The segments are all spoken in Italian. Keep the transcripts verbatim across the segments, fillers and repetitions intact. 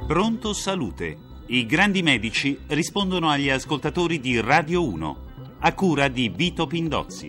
Pronto Salute. I grandi medici rispondono agli ascoltatori di Radio uno, a cura di Vito Pindozzi.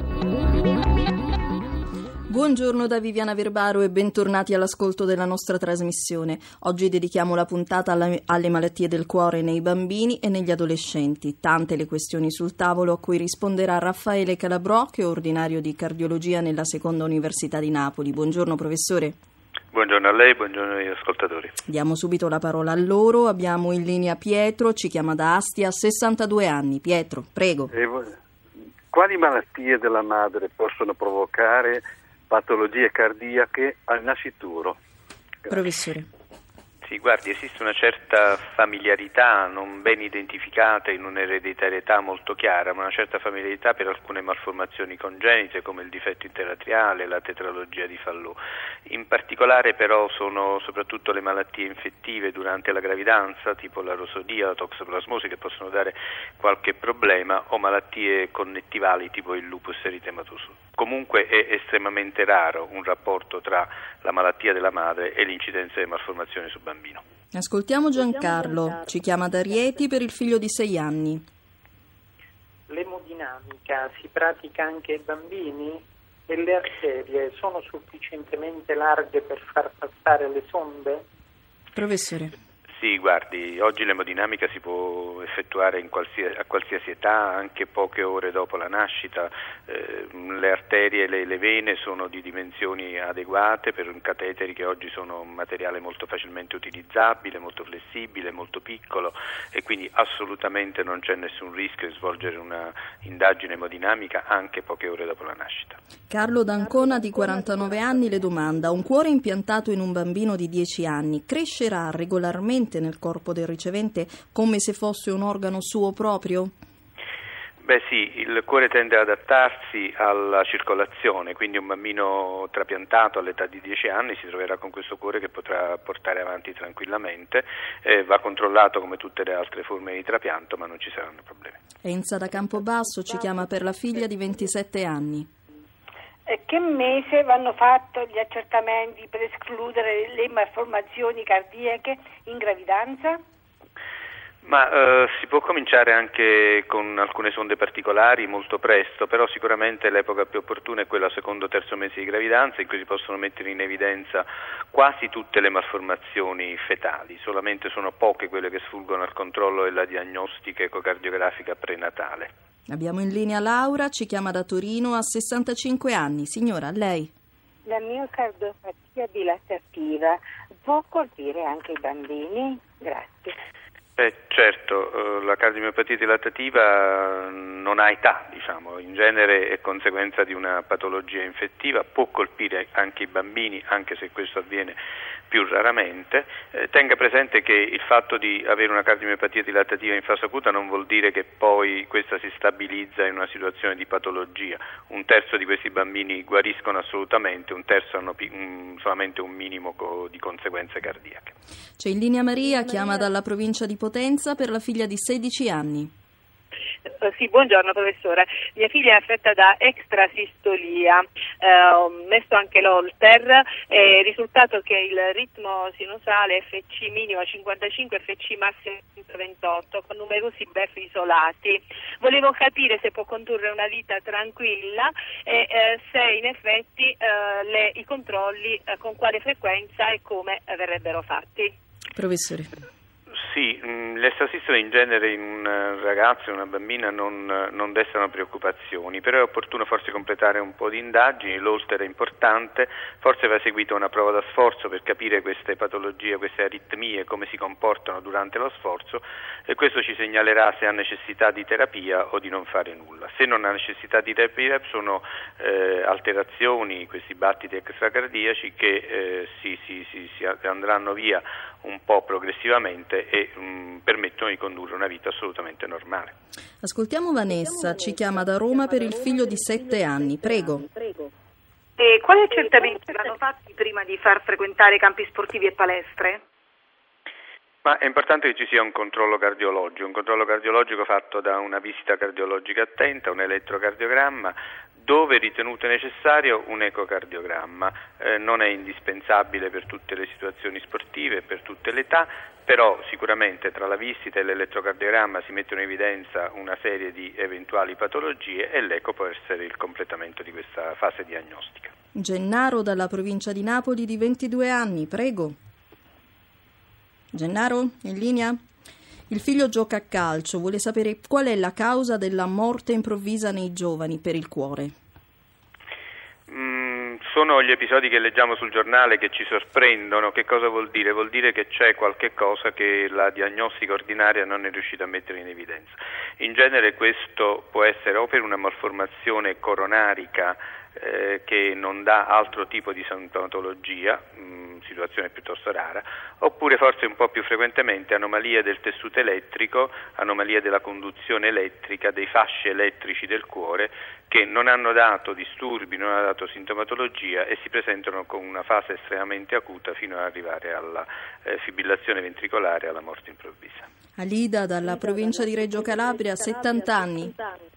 Buongiorno da Viviana Verbaro e bentornati all'ascolto della nostra trasmissione. Oggi dedichiamo la puntata alla, alle malattie del cuore nei bambini e negli adolescenti. Tante le questioni sul tavolo a cui risponderà Raffaele Calabrò, che è ordinario di cardiologia nella Seconda Università di Napoli. Buongiorno professore. Buongiorno a lei, buongiorno agli ascoltatori. Diamo subito la parola a loro. Abbiamo in linea Pietro, ci chiama da Astia, sessantadue anni. Pietro, prego. Eh, quali malattie della madre possono provocare patologie cardiache al nascituro? Grazie. Professore. Sì, guardi, esiste una certa familiarità non ben identificata in un'ereditarietà molto chiara, ma una certa familiarità per alcune malformazioni congenite come il difetto interatriale, la tetralogia di Fallot. In particolare però sono soprattutto le malattie infettive durante la gravidanza, tipo la rosodia, la toxoplasmosi, che possono dare qualche problema, o malattie connettivali tipo il lupus eritematoso. Comunque è estremamente raro un rapporto tra la malattia della madre e l'incidenza di malformazioni sul bambino. Ascoltiamo Giancarlo, ci chiama da Rieti per il figlio di sei anni. L'emodinamica si pratica anche ai bambini e le arterie sono sufficientemente larghe per far passare le sonde? Professore. Sì, guardi, oggi l'emodinamica si può effettuare in qualsiasi, a qualsiasi età, anche poche ore dopo la nascita. Eh, le arterie e le, le vene sono di dimensioni adeguate per cateteri che oggi sono un materiale molto facilmente utilizzabile, molto flessibile, molto piccolo, e quindi assolutamente non c'è nessun rischio di svolgere una indagine emodinamica anche poche ore dopo la nascita. Carlo D'Ancona, di quarantanove anni, le domanda: un cuore impiantato in un bambino di dieci anni crescerà regolarmente nel corpo del ricevente come se fosse un organo suo proprio? Beh sì, il cuore tende ad adattarsi alla circolazione, quindi un bambino trapiantato all'età di dieci anni si troverà con questo cuore che potrà portare avanti tranquillamente, eh, va controllato come tutte le altre forme di trapianto, ma non ci saranno problemi. Enza da Campobasso ci chiama per la figlia di ventisette anni. Che mese vanno fatti gli accertamenti per escludere le malformazioni cardiache in gravidanza? Ma eh, si può cominciare anche con alcune sonde particolari molto presto, però sicuramente l'epoca più opportuna è quella secondo o terzo mese di gravidanza, in cui si possono mettere in evidenza quasi tutte le malformazioni fetali, solamente sono poche quelle che sfuggono al controllo della diagnostica ecocardiografica prenatale. Abbiamo in linea Laura, ci chiama da Torino, a sessantacinque anni. Signora, a lei. La miocardiopatia dilatativa può colpire anche i bambini? Grazie. Eh, certo, la cardiomiopatia dilatativa non ha età, diciamo, in genere è conseguenza di una patologia infettiva, può colpire anche i bambini, anche se questo avviene più raramente. Eh, tenga presente che il fatto di avere una cardiomiopatia dilatativa in fase acuta non vuol dire che poi questa si stabilizza in una situazione di patologia. Un terzo di questi bambini guariscono assolutamente, un terzo hanno pi- un, solamente un minimo co- di conseguenze cardiache. C'è in linea Maria, chiama dalla provincia di Potenza per la figlia di sedici anni. Uh, sì, buongiorno professore. Mia figlia è affetta da extrasistolia, uh, ho messo anche l'Holter e il risultato è che il ritmo sinusale F C minimo a cinquantacinque, F C massimo centoventotto, con numerosi B E F isolati. Volevo capire se può condurre una vita tranquilla e uh, se in effetti uh, le, i controlli uh, con quale frequenza e come uh, verrebbero fatti. Professore. Sì, l'estrasistole in genere in un ragazzo e una bambina non, non destano preoccupazioni, però è opportuno forse completare un po' di indagini, l'Holter è importante, forse va seguita una prova da sforzo per capire queste patologie, queste aritmie, come si comportano durante lo sforzo, e questo ci segnalerà se ha necessità di terapia o di non fare nulla. Se non ha necessità di terapia sono eh, alterazioni, questi battiti extracardiaci che eh, si, si, si, si andranno via un po' progressivamente e mh, permettono di condurre una vita assolutamente normale. Ascoltiamo Vanessa, ci chiama da Roma per il figlio di sette anni. Prego. E quali accertamenti vanno fatti prima di far frequentare campi sportivi e palestre? Ma è importante che ci sia un controllo cardiologico, un controllo cardiologico fatto da una visita cardiologica attenta, un elettrocardiogramma, dove ritenuto necessario un ecocardiogramma. Eh, non è indispensabile per tutte le situazioni sportive, per tutte le età, però sicuramente tra la visita e l'elettrocardiogramma si mettono in evidenza una serie di eventuali patologie e l'eco può essere il completamento di questa fase diagnostica. Gennaro dalla provincia di Napoli di ventidue anni, prego. Gennaro, in linea? Il figlio gioca a calcio, vuole sapere qual è la causa della morte improvvisa nei giovani per il cuore. Mm, sono gli episodi che leggiamo sul giornale che ci sorprendono. Che cosa vuol dire? Vuol dire che c'è qualche cosa che la diagnostica ordinaria non è riuscita a mettere in evidenza. In genere questo può essere o per una malformazione coronarica eh, che non dà altro tipo di sintomatologia, mh, situazione piuttosto rara, oppure forse un po' più frequentemente anomalie del tessuto elettrico, anomalie della conduzione elettrica, dei fasci elettrici del cuore che non hanno dato disturbi, non hanno dato sintomatologia e si presentano con una fase estremamente acuta fino ad arrivare alla eh, fibrillazione ventricolare e alla morte improvvisa. Alida dalla provincia di Reggio Calabria, settanta anni.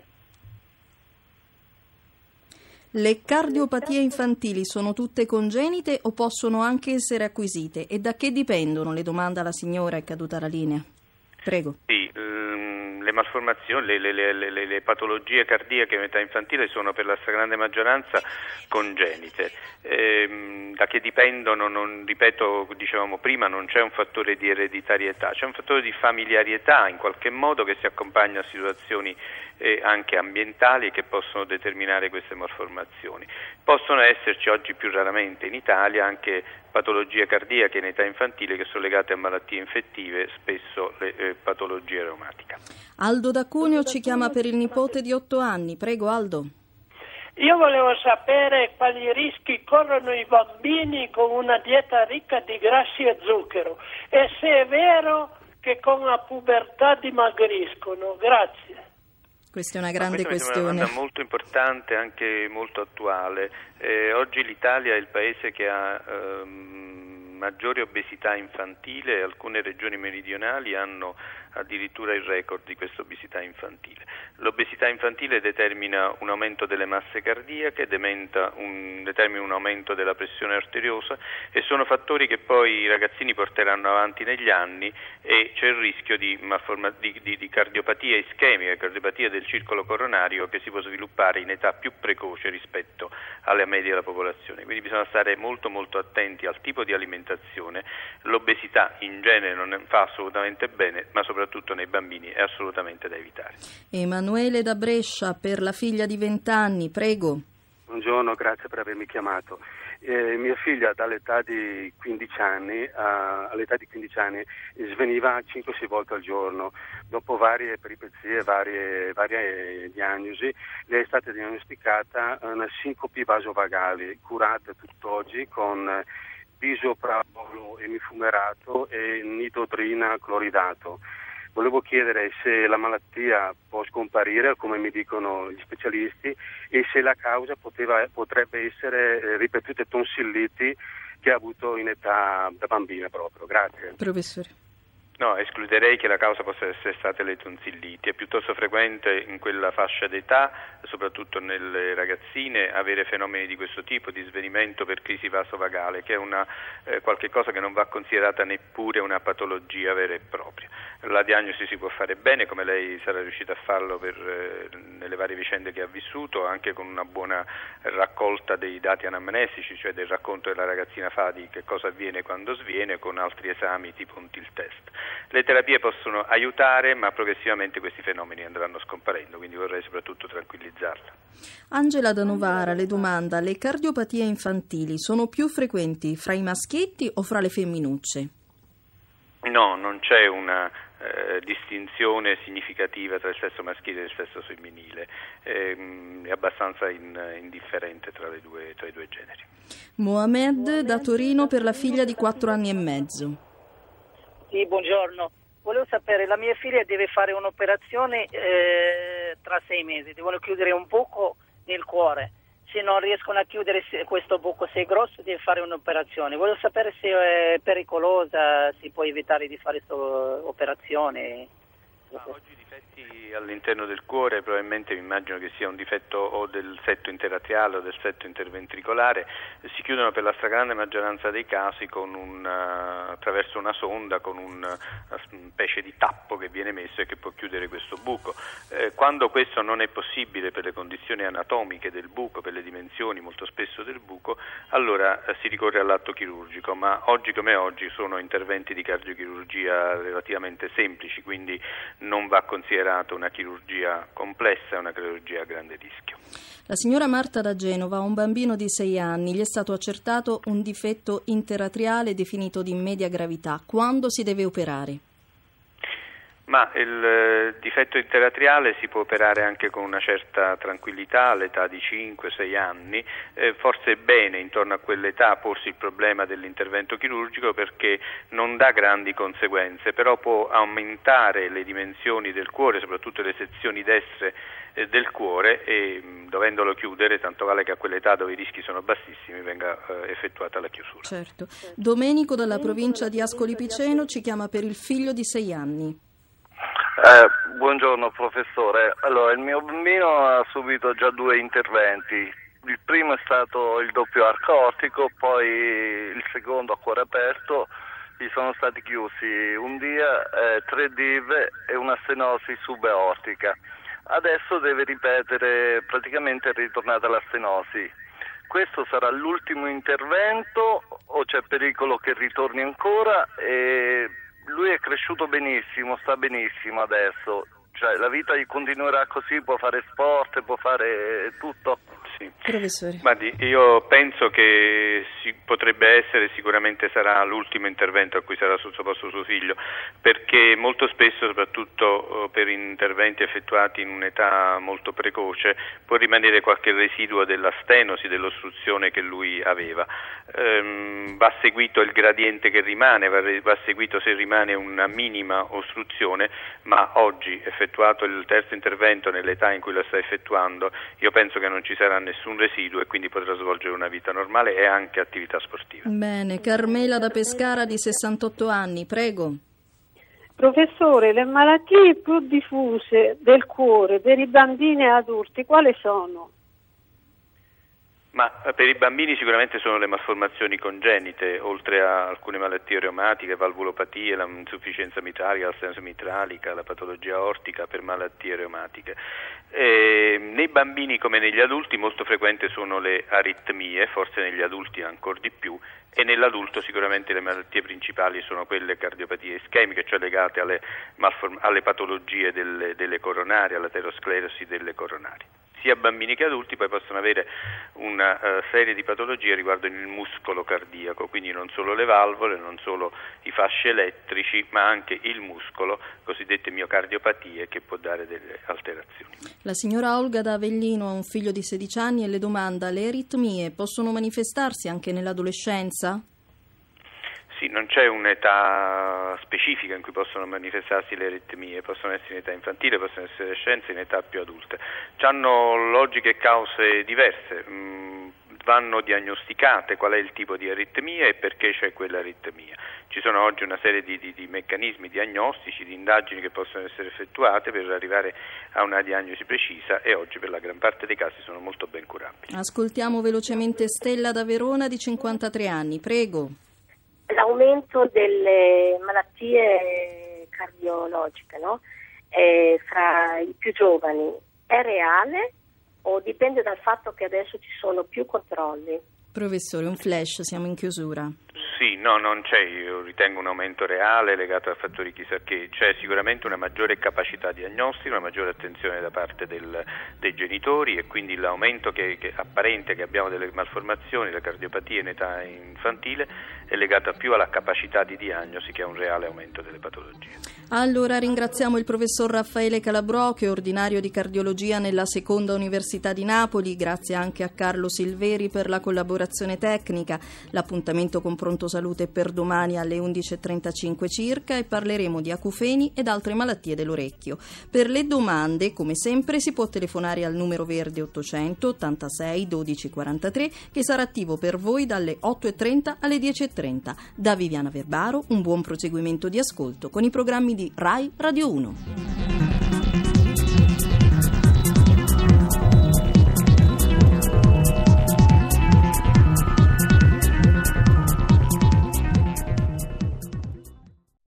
Le cardiopatie infantili sono tutte congenite o possono anche essere acquisite? E da che dipendono? Le domanda la signora, è caduta la linea. Prego. Sì, le malformazioni, le, le, le, le, le patologie cardiache in età infantile sono per la stragrande maggioranza congenite. Ehm, da che dipendono, non, ripeto, dicevamo prima, non c'è un fattore di ereditarietà, c'è un fattore di familiarità in qualche modo che si accompagna a situazioni eh, anche ambientali che possono determinare queste malformazioni. Possono esserci oggi più raramente in Italia anche patologie cardiache in età infantile che sono legate a malattie infettive, spesso le eh, patologie reumatiche. Aldo da Cuneo ci chiama per il nipote di otto anni. Prego, Aldo. Io volevo sapere quali rischi corrono i bambini con una dieta ricca di grassi e zucchero e se è vero che con la pubertà dimagriscono. Grazie. Questa è una grande Ma questione. È una domanda molto importante, anche molto attuale. Eh, oggi l'Italia è il paese che ha ehm, maggiore obesità infantile e alcune regioni meridionali hanno addirittura il record di questa obesità infantile. L'obesità infantile determina un aumento delle masse cardiache, un, determina un aumento della pressione arteriosa e sono fattori che poi i ragazzini porteranno avanti negli anni e c'è il rischio di, malforma, di, di, di cardiopatia ischemica, cardiopatia del circolo coronario che si può sviluppare in età più precoce rispetto alla media della popolazione. Quindi bisogna stare molto molto attenti al tipo di alimentazione. L'obesità in genere non fa assolutamente bene, ma soprattutto soprattutto nei bambini è assolutamente da evitare. Emanuele da Brescia per la figlia di venti anni, prego. Buongiorno, grazie per avermi chiamato. Eh, mia figlia dall'età di quindici anni a, all'età di quindici anni sveniva cinque sei volte al giorno. Dopo varie peripezie, varie, varie diagnosi, le è stata diagnosticata una sincopi vasovagali, curata tutt'oggi con bisoprolol emifumerato e nitodrina cloridato. Volevo chiedere se la malattia può scomparire, come mi dicono gli specialisti, e se la causa poteva, potrebbe essere eh, ripetute tonsilliti che ha avuto in età da bambina proprio. Grazie. Professore. No, escluderei che la causa possa essere state le tonsilliti. È piuttosto frequente in quella fascia d'età, soprattutto nelle ragazzine, avere fenomeni di questo tipo, di svenimento per crisi vasovagale, che è una eh, qualche cosa che non va considerata neppure una patologia vera e propria. La diagnosi si può fare bene, come lei sarà riuscita a farlo per, eh, nelle varie vicende che ha vissuto, anche con una buona raccolta dei dati anamnestici, cioè del racconto che la ragazzina fa di che cosa avviene quando sviene, con altri esami tipo un tilt test. Le terapie possono aiutare, ma progressivamente questi fenomeni andranno scomparendo, quindi vorrei soprattutto tranquillizzarla. Angela da Novara le domanda: le cardiopatie infantili sono più frequenti fra i maschietti o fra le femminucce? No, non c'è una eh, distinzione significativa tra il sesso maschile e il sesso femminile, eh, è abbastanza in, indifferente tra, le due, tra i due generi. Mohamed da Torino per la figlia di quattro anni e mezzo. Sì, buongiorno. Volevo sapere, la mia figlia deve fare un'operazione eh, tra sei mesi, devono chiudere un buco nel cuore. Se non riescono a chiudere questo buco, se è grosso, deve fare un'operazione. Volevo sapere se è pericolosa, si può evitare di fare questa operazione. Ma oggi dipende All'interno del cuore probabilmente mi immagino che sia un difetto o del setto interatriale o del setto interventricolare, si chiudono per la stragrande maggioranza dei casi con un, uh, attraverso una sonda con un, una specie di tappo che viene messo e che può chiudere questo buco. Eh, quando questo non è possibile per le condizioni anatomiche del buco, per le dimensioni molto spesso del buco, allora eh, si ricorre all'atto chirurgico, ma oggi come oggi sono interventi di cardiochirurgia relativamente semplici, quindi non va considerata una chirurgia complessa, è una chirurgia a grande rischio. La signora Marta da Genova ha un bambino di sei anni, gli è stato accertato un difetto interatriale definito di media gravità. Quando si deve operare? Ma il eh, difetto interatriale si può operare anche con una certa tranquillità all'età di cinque sei anni, eh, forse è bene intorno a quell'età porsi il problema dell'intervento chirurgico perché non dà grandi conseguenze, però può aumentare le dimensioni del cuore, soprattutto le sezioni destre eh, del cuore e mh, dovendolo chiudere, tanto vale che a quell'età dove i rischi sono bassissimi venga eh, effettuata la chiusura. Certo. Domenico dalla provincia di Ascoli Piceno ci chiama per il figlio di sei anni. Eh, buongiorno professore, allora il mio bambino ha subito già due interventi, il primo è stato il doppio arco aortico, poi il secondo a cuore aperto, gli sono stati chiusi un dia, eh, tre D I V e una stenosi subaortica, adesso deve ripetere, praticamente è ritornata la stenosi. Questo sarà l'ultimo intervento o c'è pericolo che ritorni ancora? E lui è cresciuto benissimo, sta benissimo adesso, cioè la vita gli continuerà così, può fare sport, può fare tutto. Sì. Professore. Guardi, io penso che si potrebbe essere, sicuramente sarà l'ultimo intervento a cui sarà sottoposto suo figlio, perché molto spesso, soprattutto per interventi effettuati in un'età molto precoce, può rimanere qualche residuo della stenosi, dell'ostruzione che lui aveva. Ehm, va seguito il gradiente che rimane, va, va seguito se rimane una minima ostruzione, ma oggi, effettuato il terzo intervento nell'età in cui lo sta effettuando, io penso che non ci sarà nessun residuo e quindi potrà svolgere una vita normale e anche attività sportiva. Bene, Carmela da Pescara di sessantotto anni, prego. Professore, le malattie più diffuse del cuore per i bambini e adulti quali sono? Ma per i bambini sicuramente sono le malformazioni congenite, oltre a alcune malattie reumatiche, valvulopatie, l'insufficienza mitralica, l'astenosi mitralica, la patologia aortica per malattie reumatiche. E nei bambini come negli adulti molto frequenti sono le aritmie, forse negli adulti ancora di più, e nell'adulto sicuramente le malattie principali sono quelle cardiopatie ischemiche, cioè legate alle, malform- alle patologie delle, delle coronarie, all'aterosclerosi delle coronarie. Sia bambini che adulti poi possono avere una uh, serie di patologie riguardo il muscolo cardiaco, quindi non solo le valvole, non solo i fasci elettrici, ma anche il muscolo, cosiddette miocardiopatie, che può dare delle alterazioni. La signora Olga da Avellino ha un figlio di sedici anni e le domanda: le aritmie possono manifestarsi anche nell'adolescenza? Sì, non c'è un'età specifica in cui possono manifestarsi le aritmie, possono essere in età infantile, possono essere adolescenze, in età più adulte. Hanno logiche e cause diverse, mm, vanno diagnosticate qual è il tipo di aritmia e perché c'è quell'aritmia. Ci sono oggi una serie di, di, di meccanismi diagnostici, di indagini che possono essere effettuate per arrivare a una diagnosi precisa e oggi per la gran parte dei casi sono molto ben curabili. Ascoltiamo velocemente Stella da Verona di cinquantatré anni, prego. L'aumento delle malattie cardiologiche, no? eh, fra i più giovani è reale o dipende dal fatto che adesso ci sono più controlli? Professore, un flash, siamo in chiusura. Sì, no, non c'è, io ritengo un aumento reale legato a fattori chissà che, c'è sicuramente una maggiore capacità diagnostica, una maggiore attenzione da parte del, dei genitori e quindi l'aumento che, che apparente che abbiamo delle malformazioni, le cardiopatie in età infantile è legata più alla capacità di diagnosi che a un reale aumento delle patologie. Allora ringraziamo il professor Raffaele Calabrò, che è ordinario di cardiologia nella Seconda Università di Napoli, grazie anche a Carlo Silveri per la collaborazione tecnica. L'appuntamento con Pronto Salute è per domani alle undici e trentacinque circa e parleremo di acufeni ed altre malattie dell'orecchio. Per le domande, come sempre, si può telefonare al numero verde ottocento ottantasei dodici quarantatré che sarà attivo per voi dalle otto e trenta alle dieci e trenta. Da Viviana Verbaro un buon proseguimento di ascolto con i programmi di Rai Radio uno.